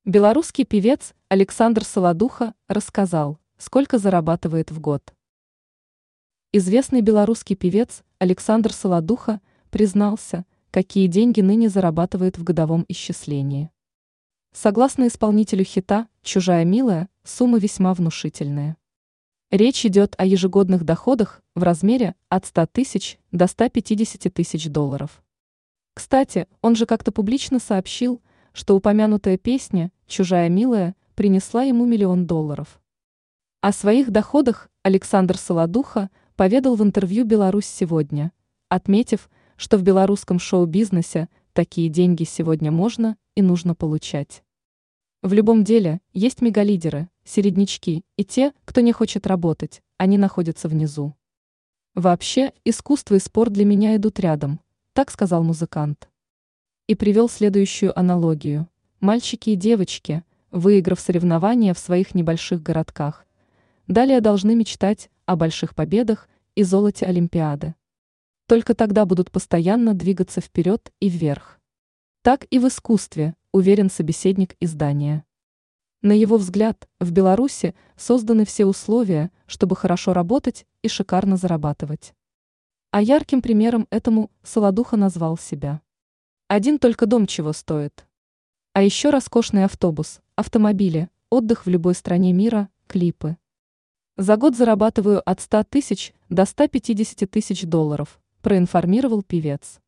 Белорусский певец Александр Солодуха рассказал, сколько зарабатывает в год. Известный белорусский певец Александр Солодуха признался, какие деньги ныне зарабатывает в годовом исчислении. Согласно исполнителю хита «Чужая милая», суммы весьма внушительные. Речь идет о ежегодных доходах в размере от 100 тысяч до 150 тысяч долларов. Кстати, он же как-то публично сообщил, что упомянутая песня «Чужая милая» принесла ему $1 миллион. О своих доходах Александр Солодуха поведал в интервью «Беларусь сегодня», отметив, что в белорусском шоу-бизнесе такие деньги сегодня можно и нужно получать. В любом деле есть мегалидеры, середнячки и те, кто не хочет работать, они находятся внизу. Вообще, искусство и спорт для меня идут рядом, так сказал музыкант. И привел следующую аналогию. Мальчики и девочки, выиграв соревнования в своих небольших городках, далее должны мечтать о больших победах и золоте Олимпиады. Только тогда будут постоянно двигаться вперед и вверх. Так и в искусстве, уверен собеседник издания. На его взгляд, в Беларуси созданы все условия, чтобы хорошо работать и шикарно зарабатывать. А ярким примером этому Солодуха назвал себя. Один только дом чего стоит. А еще роскошный автобус, автомобили, отдых в любой стране мира, клипы. За год зарабатываю от 100 тысяч до 150 тысяч долларов, проинформировал певец.